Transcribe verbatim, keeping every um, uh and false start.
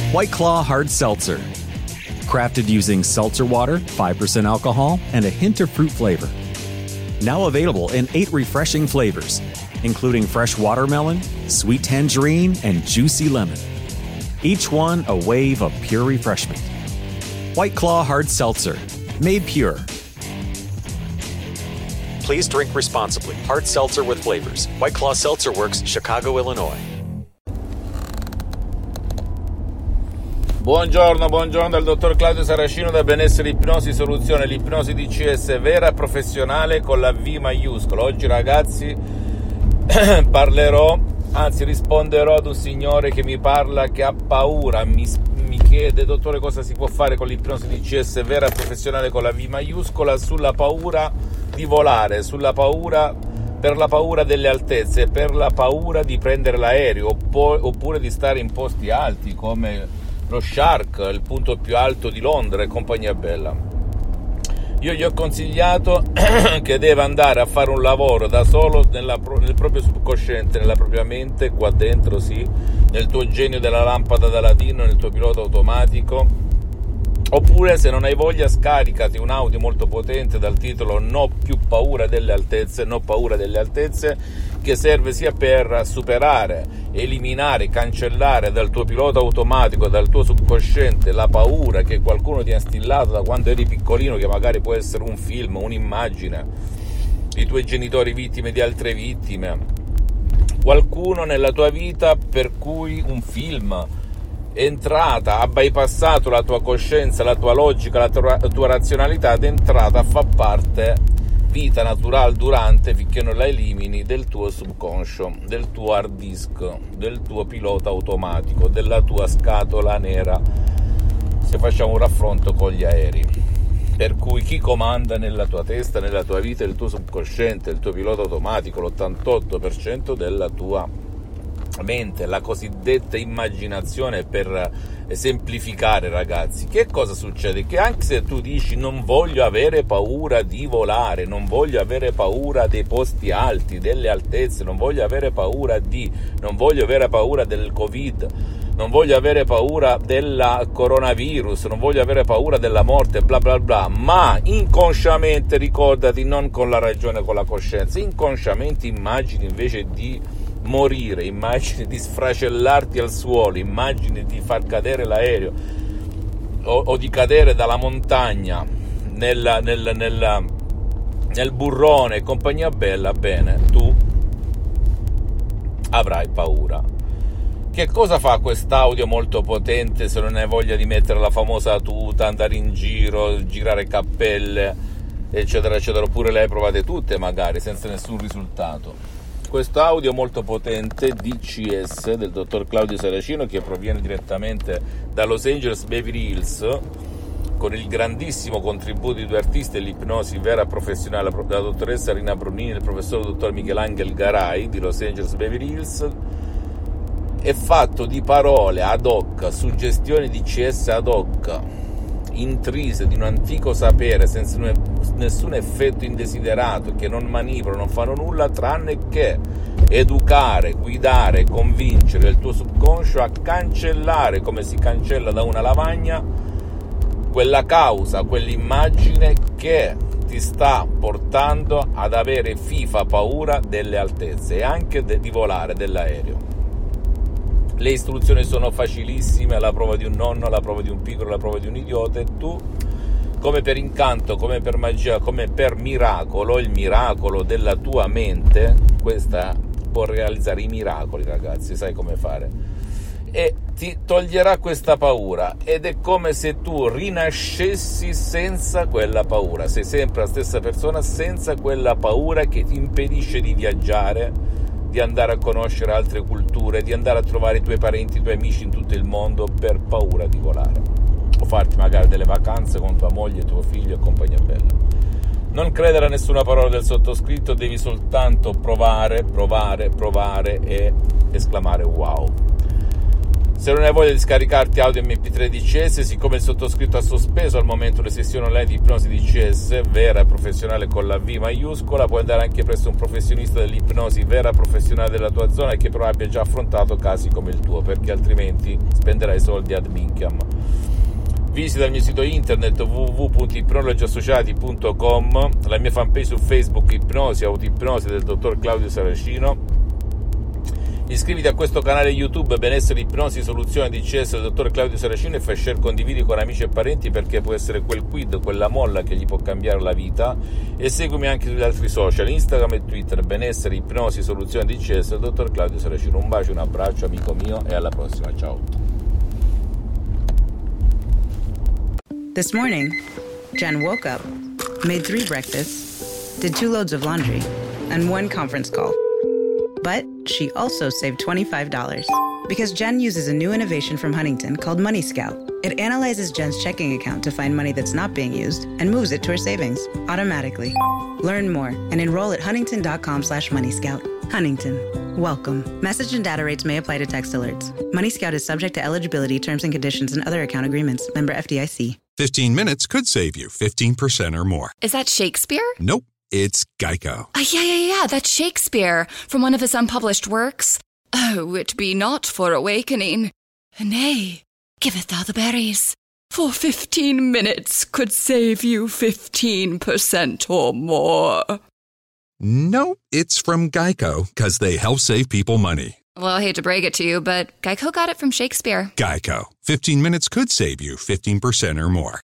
White Claw Hard Seltzer. Crafted using seltzer water, five percent alcohol, and a hint of fruit flavor. Now available in eight refreshing flavors, including fresh watermelon, sweet tangerine, and juicy lemon. Each one a wave of pure refreshment. White Claw Hard Seltzer. Made pure. Please drink responsibly. Hard seltzer with flavors. White Claw Seltzer Works, Chicago, Illinois. Buongiorno, buongiorno dal dottor Claudio Saracino da Benessere Ipnosi Soluzione, l'ipnosi D C S vera e professionale con la V maiuscola. Oggi ragazzi parlerò, anzi risponderò ad un signore che mi parla, che ha paura, mi, mi chiede: dottore, cosa si può fare con l'ipnosi D C S vera e professionale con la V maiuscola sulla paura di volare, sulla paura, per la paura delle altezze, per la paura di prendere l'aereo oppure di stare in posti alti come lo Shark, il punto più alto di Londra e compagnia bella. Io gli ho consigliato che deve andare a fare un lavoro da solo nella, nel proprio subconsciente, nella propria mente, qua dentro, sì, nel tuo genio della lampada d'Aladino, nel tuo pilota automatico. Oppure, se non hai voglia, scaricati un audio molto potente dal titolo "No più paura delle altezze", no paura delle altezze, che serve sia per superare, eliminare, cancellare dal tuo pilota automatico, dal tuo subconsciente, la paura che qualcuno ti ha instillato da quando eri piccolino, che magari può essere un film, un'immagine, i tuoi genitori vittime di altre vittime, qualcuno nella tua vita per cui un film è entrata, ha bypassato la tua coscienza, la tua logica, la tua, la tua razionalità, ed è entrata a far parte, vita naturale durante, finché non la elimini, del tuo subconscio, del tuo hard disk, del tuo pilota automatico, della tua scatola nera, se facciamo un raffronto con gli aerei. Per cui chi comanda nella tua testa, nella tua vita, è il tuo subconsciente, il tuo pilota automatico, l'ottantotto per cento della tua mente, la cosiddetta immaginazione. Per semplificare, ragazzi, che cosa succede? Che anche se tu dici non voglio avere paura di volare, non voglio avere paura dei posti alti, delle altezze, non voglio avere paura di, non voglio avere paura del Covid, non voglio avere paura del coronavirus, non voglio avere paura della morte, bla bla bla, ma inconsciamente, ricordati, non con la ragione, con la coscienza, inconsciamente immagini invece di morire, immagini di sfracellarti al suolo, immagini di far cadere l'aereo o, o di cadere dalla montagna nella, nel, nella, nel burrone e compagnia bella. Bene, tu avrai paura. Che cosa fa quest'audio molto potente se non hai voglia di mettere la famosa tuta, andare in giro, girare cappelle, eccetera eccetera, oppure le hai provate tutte magari senza nessun risultato? Questo audio molto potente D C S del dottor Claudio Saracino, che proviene direttamente da Los Angeles Beverly Hills, con il grandissimo contributo di due artisti dell'ipnosi vera professionale, la dottoressa Rina Brunini e il professor dottor Michelangelo Garay di Los Angeles Beverly Hills, è fatto di parole ad hoc, suggestioni D C S ad hoc, intrise di un antico sapere, senza nessun effetto indesiderato, che non manipolano, non fanno nulla tranne che educare, guidare, convincere il tuo subconscio a cancellare, come si cancella da una lavagna, quella causa, quell'immagine che ti sta portando ad avere fifa paura delle altezze e anche de- di volare, dell'aereo. Le istruzioni sono facilissime, alla prova di un nonno, alla prova di un piccolo, alla prova di un idiota, e tu, come per incanto, come per magia, come per miracolo, il miracolo della tua mente, questa può realizzare i miracoli, ragazzi, sai come fare, e ti toglierà questa paura, ed è come se tu rinascessi senza quella paura, sei sempre la stessa persona senza quella paura che ti impedisce di viaggiare, di andare a conoscere altre culture, di andare a trovare i tuoi parenti, i tuoi amici in tutto il mondo per paura di volare, o farti magari delle vacanze con tua moglie, tuo figlio e compagnia bella. Non credere a nessuna parola del sottoscritto, devi soltanto provare, provare, provare e esclamare wow. Se non hai voglia di scaricarti audio emme pi tre D C S, siccome il sottoscritto ha sospeso al momento le sessioni online di ipnosi D C S vera e professionale con la V maiuscola, puoi andare anche presso un professionista dell'ipnosi vera e professionale della tua zona e che però abbia già affrontato casi come il tuo, perché altrimenti spenderai soldi ad minchiam. Visita il mio sito internet w w w punto ipnologiassociati punto com, la mia fanpage su Facebook Ipnosi Autoipnosi del dottor Claudio Saracino. Iscriviti a questo canale YouTube Benessere Ipnosi Soluzione D C S del dottor Claudio Saracino e fai share, condividi con amici e parenti, perché può essere quel quid, quella molla che gli può cambiare la vita. E seguimi anche sugli altri social, Instagram e Twitter, Benessere Ipnosi Soluzione D C S del dottor Claudio Saracino. Un bacio, un abbraccio amico mio e alla prossima, ciao. This morning, Jen woke up, made three breakfasts, did two loads of laundry, and one conference call. But she also saved twenty-five dollars because Jen uses a new innovation from Huntington called Money Scout. It analyzes Jen's checking account to find money that's not being used and moves it to her savings automatically. Learn more and enroll at huntington.com slash Money Scout. Huntington. Welcome. Message and data rates may apply to text alerts. Money Scout is subject to eligibility, terms and conditions, and other account agreements. Member F D I C. fifteen minutes could save you fifteen percent or more. Is that Shakespeare? Nope. It's Geico. Uh, yeah, yeah, yeah, that's Shakespeare from one of his unpublished works. Oh, it be not for awakening. Nay, giveth thou the berries. For fifteen minutes could save you fifteen percent or more. Nope, it's from Geico, because they help save people money. Well, I hate to break it to you, but Geico got it from Shakespeare. Geico. fifteen minutes could save you fifteen percent or more.